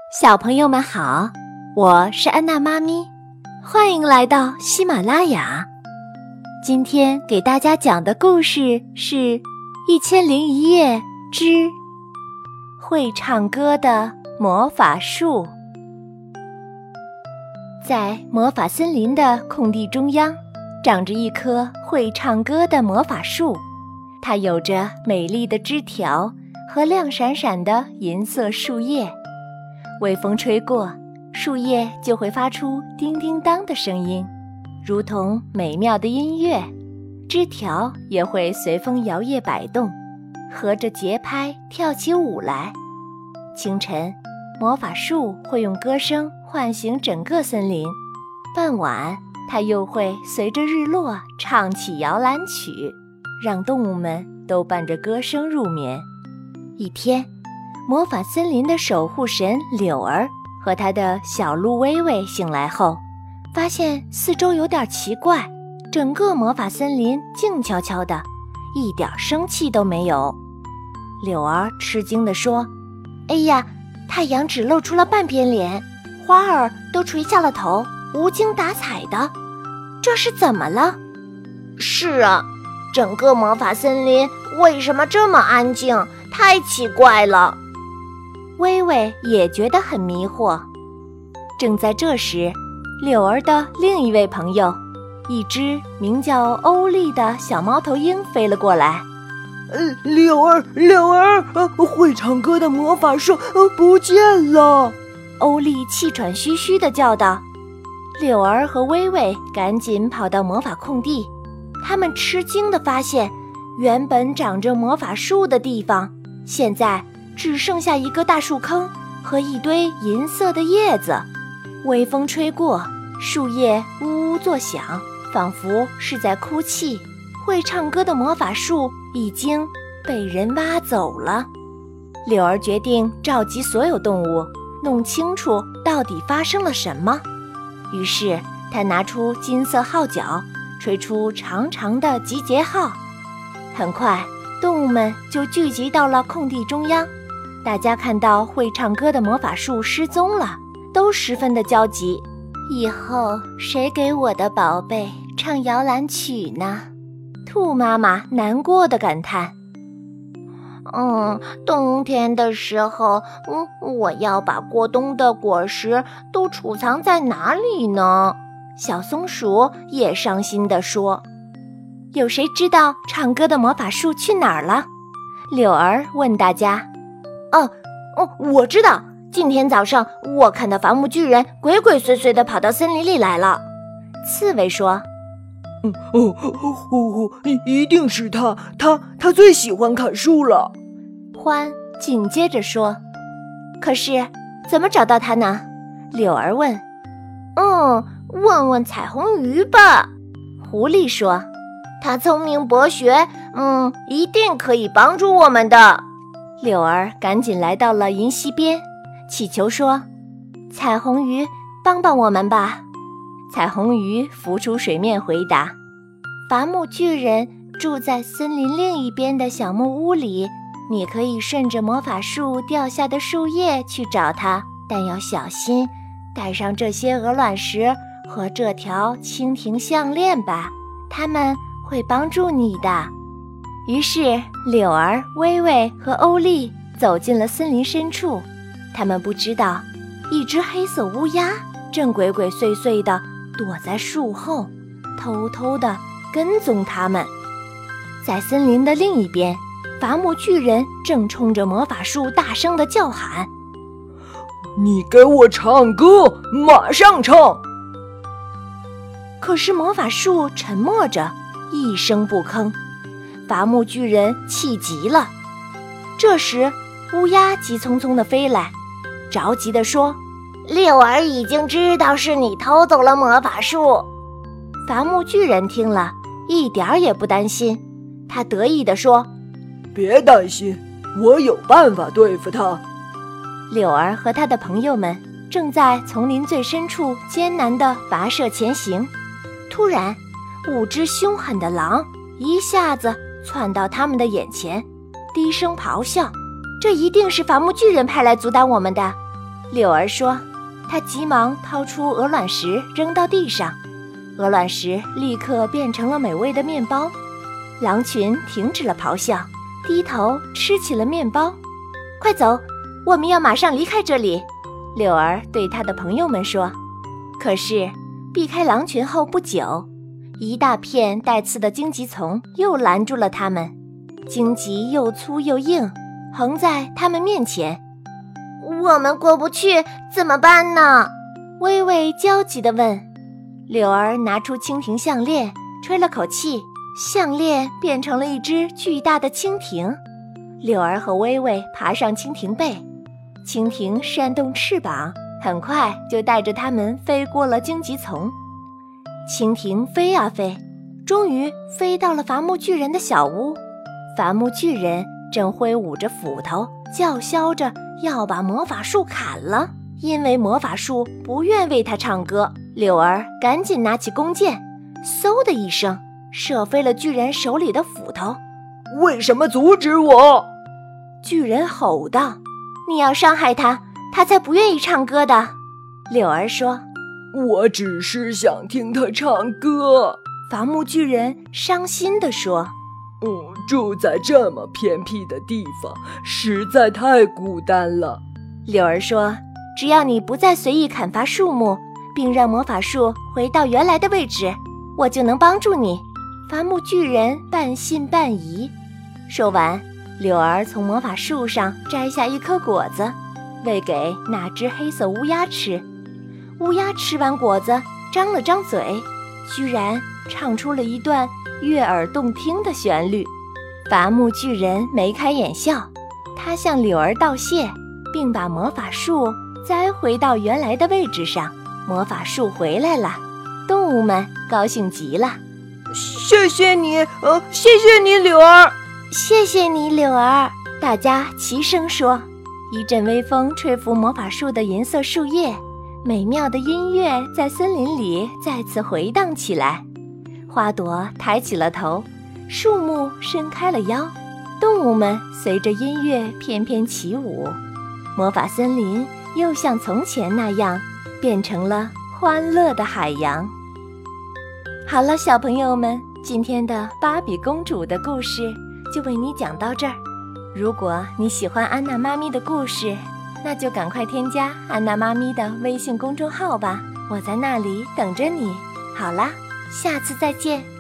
小朋友们好，我是安娜妈咪，欢迎来到喜马拉雅。今天给大家讲的故事是《1001夜之会唱歌的魔法树》。在魔法森林的空地中央，长着一棵会唱歌的魔法树，它有着美丽的枝条和亮闪闪的银色树叶。微风吹过，树叶就会发出叮叮当的声音，如同美妙的音乐。枝条也会随风摇曳摆动，合着节拍跳起舞来。清晨，魔法树会用歌声唤醒整个森林，傍晚它又会随着日落唱起摇篮曲，让动物们都伴着歌声入眠。一天，魔法森林的守护神柳儿和他的小鹿微微醒来后，发现四周有点奇怪，整个魔法森林静悄悄的，一点生气都没有。柳儿吃惊地说：“哎呀，太阳只露出了半边脸，花儿都垂下了头，无精打采的，这是怎么了？” 是啊，整个魔法森林为什么这么安静？太奇怪了。 微微也觉得很迷惑。正在这时，柳儿的另一位朋友，一只名叫欧丽的小猫头鹰飞了过来。 柳儿，会唱歌的魔法树不见了！ 欧丽气喘吁吁地叫道。柳儿和微微赶紧跑到魔法空地，他们吃惊地发现，原本长着魔法树的地方，现在只剩下一个大树坑和一堆银色的叶子。微风吹过，树叶呜呜作响，仿佛是在哭泣。会唱歌的魔法树已经被人挖走了。柳儿决定召集所有动物，弄清楚到底发生了什么。于是他拿出金色号角，吹出长长的集结号。很快，动物们就聚集到了空地中央。大家看到会唱歌的魔法树失踪了，都十分的焦急。以后谁给我的宝贝唱摇篮曲呢？兔妈妈难过的感叹。 冬天的时候，我要把过冬的果实都储藏在哪里呢？ 小松鼠也伤心地说。有谁知道唱歌的魔法树去哪儿了？柳儿问大家。 我知道，今天早上我看到伐木巨人鬼鬼祟祟地跑到森林里来了。 刺猬说。 一定是他最喜欢砍树了。 獾紧接着说。可是怎么找到他呢？柳儿问。 问问彩虹鱼吧。 狐狸说。 他聪明博学，一定可以帮助我们的。 柳儿赶紧来到了银溪边，祈求说：“彩虹鱼，帮帮我们吧！”彩虹鱼浮出水面回答：“伐木巨人住在森林另一边的小木屋里，你可以顺着魔法树掉下的树叶去找他，但要小心，带上这些鹅卵石和这条蜻蜓项链吧，它们会帮助你的。”于是柳儿、微微和欧丽走进了森林深处。他们不知道，一只黑色乌鸦正鬼鬼祟祟地躲在树后，偷偷地跟踪他们。在森林的另一边，伐木巨人正冲着魔法树大声地叫喊：“ 你给我唱歌，马上唱！” 可是魔法树沉默着，一声不吭。伐木巨人气极了。这时乌鸦急匆匆地飞来，着急地说：“ 柳儿已经知道是你偷走了魔法树。” 伐木巨人听了一点儿也不担心，他得意地说：“ 别担心，我有办法对付他。” 柳儿和他的朋友们正在丛林最深处艰难地跋涉前行。突然5只凶狠的狼一下子窜到他们的眼前，低声咆哮：“这一定是伐木巨人派来阻挡我们的！” 柳儿说。他急忙掏出鹅卵石扔到地上，鹅卵石立刻变成了美味的面包。狼群停止了咆哮，低头吃起了面包。快走，我们要马上离开这里，柳儿对他的朋友们说。可是避开狼群后不久，一大片带刺的荆棘丛又拦住了他们。荆棘又粗又硬，横在他们面前。 我们过不去，怎么办呢？ 微微焦急地问。柳儿拿出蜻蜓项链，吹了口气，项链变成了一只巨大的蜻蜓。柳儿和微微爬上蜻蜓背，蜻蜓扇动翅膀，很快就带着它们飞过了荆棘丛。蜻蜓飞啊飞，终于飞到了伐木巨人的小屋。伐木巨人正挥舞着斧头，叫嚣着要把魔法树砍了。因为魔法树不愿为他唱歌，柳儿赶紧拿起弓箭，嗖的一声射飞了巨人手里的斧头。 为什么阻止我？ 巨人吼道。你要伤害他，他才不愿意唱歌的。柳儿说。 我只是想听他唱歌。 伐木巨人伤心地说。 住在这么偏僻的地方，实在太孤单了。 柳儿说，只要你不再随意砍伐树木，并让魔法树回到原来的位置，我就能帮助你。伐木巨人半信半疑。说完，柳儿从魔法树上摘下一颗果子，喂给那只黑色乌鸦吃。乌鸦吃完果子，张了张嘴，居然唱出了一段悦耳动听的旋律。伐木巨人眉开眼笑，他向柳儿道谢，并把魔法树栽回到原来的位置上。魔法树回来了，动物们高兴极了。 谢谢你，谢谢你，柳儿。 谢谢你，柳儿。大家齐声说。一阵微风吹拂魔法树的银色树叶，美妙的音乐在森林里再次回荡起来。花朵抬起了头，树木伸开了腰，动物们随着音乐翩翩起舞。魔法森林又像从前那样，变成了欢乐的海洋。好了，小朋友们，今天的芭比公主的故事就为你讲到这儿。如果你喜欢安娜妈咪的故事，那就赶快添加安娜妈咪的微信公众号吧，我在那里等着你。好啦，下次再见。